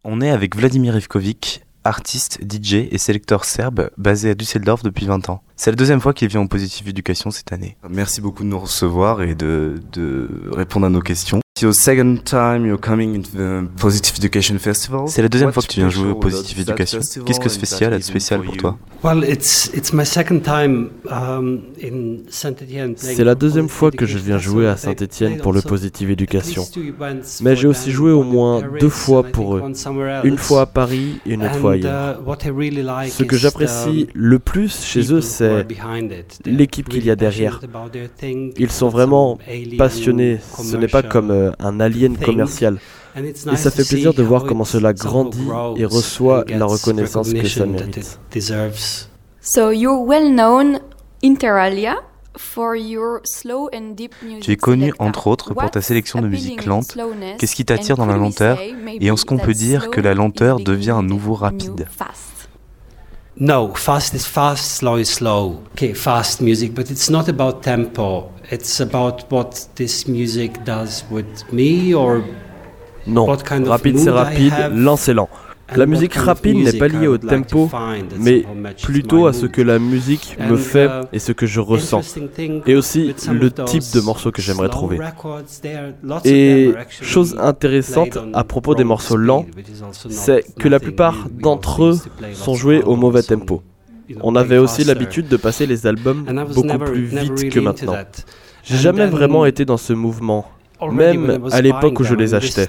On est avec Vladimir Ivkovic, artiste, DJ et sélecteur serbe basé à Düsseldorf depuis 20 ans. C'est la deuxième fois qu'il vient au Positive Education cette année. Merci beaucoup de nous recevoir et de répondre à nos questions. C'est la deuxième fois que tu viens jouer au Positive Education. Qu'est-ce que ce festival est spécial pour toi? C'est la deuxième fois que je viens jouer à Saint-Étienne pour le Positive Education. Mais j'ai aussi joué au moins 2 fois pour eux. Une fois à Paris et une autre fois ailleurs. Ce que j'apprécie le plus chez eux, c'est l'équipe qu'il y a derrière. Ils sont vraiment passionnés. Ce n'est pas comme un alien commercial. Et ça fait plaisir de voir comment cela grandit et reçoit la reconnaissance que ça mérite. So you're well known inter alia for your slow and deep music. Tu es connu entre autres pour ta sélection de musique lente. Qu'est-ce qui t'attire dans la lenteur? Et est-ce qu'on peut dire que la lenteur devient un nouveau rapide? No, fast is fast, slow is slow. Okay, fast music, but it's not about tempo. It's about what this music does with me or Non, what kind of rapide mood c'est I rapide, have. lent c'est lent. La musique rapide n'est pas liée au tempo, mais plutôt à ce que la musique me fait et ce que je ressens. Et aussi le type de morceau que j'aimerais trouver. Et chose intéressante à propos des morceaux lents, c'est que la plupart d'entre eux sont joués au mauvais tempo. On avait aussi l'habitude de passer les albums beaucoup plus vite que maintenant. J'ai jamais vraiment été dans ce mouvement, même à l'époque où je les achetais.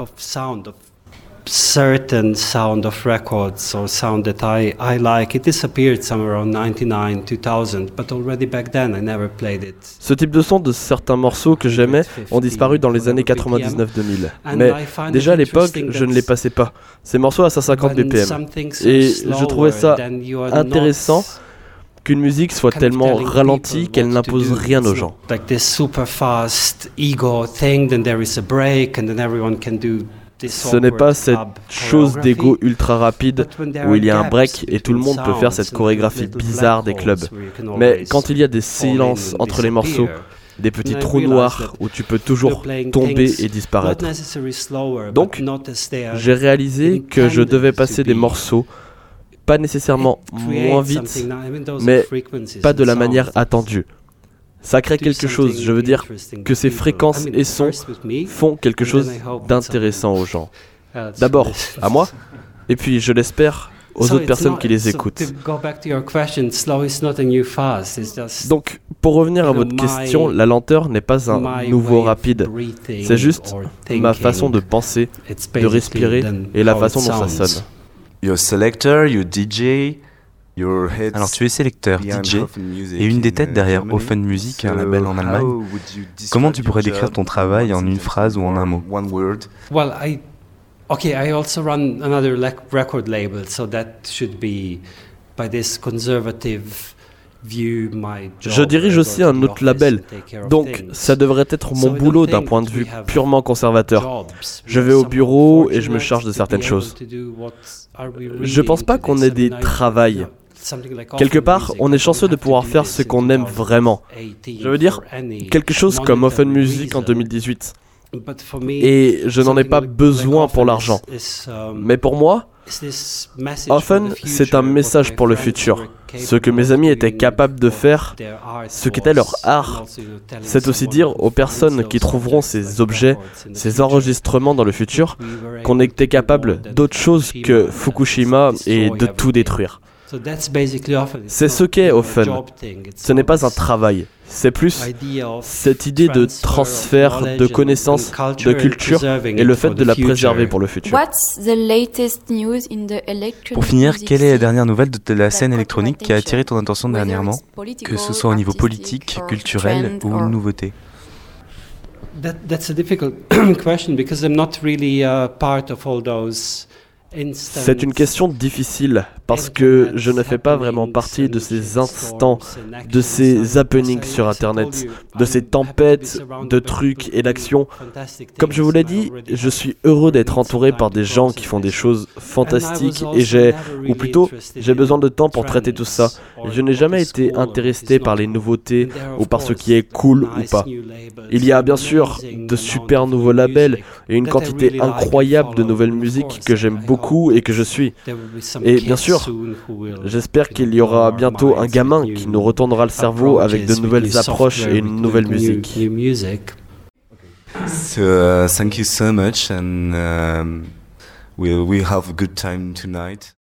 Certain sound of records or sound that I like, it disappeared somewhere around 99, 2000, but already back then I never played it. Ce type de son de certains morceaux que j'aimais ont disparu dans les années 99-2000. Mais déjà à l'époque, je ne les passais pas. Ces morceaux à 150 BPM. Et je trouvais ça intéressant qu'une musique soit tellement ralentie qu'elle n'impose rien aux gens. Like this super fast ego thing, then there is a break and then everyone can do. Ce n'est pas cette chose d'ego ultra rapide où il y a un break et tout le monde peut faire cette chorégraphie bizarre des clubs. Mais quand il y a des silences entre les morceaux, des petits trous noirs où tu peux toujours tomber et disparaître. Donc, j'ai réalisé que je devais passer des morceaux, pas nécessairement moins vite, mais pas de la manière attendue. Ça crée quelque chose, je veux dire que ces fréquences et sons font quelque chose d'intéressant aux gens. D'abord, à moi, et puis je l'espère, aux autres personnes qui les écoutent. Donc, pour revenir à votre question, la lenteur n'est pas un nouveau rapide. C'est juste ma façon de penser, de respirer et la façon dont ça sonne. You're a selector, you're DJ. Alors tu es sélecteur, DJ, et une des têtes derrière Offen Music, un label en Allemagne. Comment tu pourrais décrire ton travail en une phrase ou en un mot? Well, I also run another record label, so that should be by this conservative view my job. Je dirige aussi un autre label, donc ça devrait être mon boulot d'un point de vue purement conservateur. Je vais au bureau et je me charge de certaines choses. Je pense pas qu'on ait des travails. Quelque part, on est chanceux de pouvoir faire ce qu'on aime vraiment. Je veux dire, quelque chose comme Offen Music en 2018. Et je n'en ai pas besoin pour l'argent. Mais pour moi, Offen, c'est un message pour le futur. Ce que mes amis étaient capables de faire, ce qu'était leur art, c'est aussi dire aux personnes qui trouveront ces objets, ces enregistrements dans le futur, qu'on était capable d'autre chose que Fukushima et de tout détruire. C'est ce qu'est Offen. Ce n'est pas un travail. C'est plus cette idée de transfert de connaissances, de culture et le fait de la préserver pour le futur. Pour finir, quelle est la dernière nouvelle de la scène électronique qui a attiré ton attention dernièrement, que ce soit au niveau politique, culturel ou une nouveauté? That's a difficult question because I'm not really part of all those C'est une question difficile parce que je ne fais pas vraiment partie de ces instants, de ces happenings sur Internet, de ces tempêtes de trucs et d'actions. Comme je vous l'ai dit, je suis heureux d'être entouré par des gens qui font des choses fantastiques et j'ai besoin de temps pour traiter tout ça. Je n'ai jamais été intéressé par les nouveautés ou par ce qui est cool ou pas. Il y a bien sûr de super nouveaux labels et une quantité incroyable de nouvelles musiques que j'aime beaucoup et que je suis. Et bien sûr, j'espère qu'il y aura bientôt un gamin qui nous retournera le cerveau avec de nouvelles approches et une nouvelle musique. So, thank you so much and we'll have a good time tonight.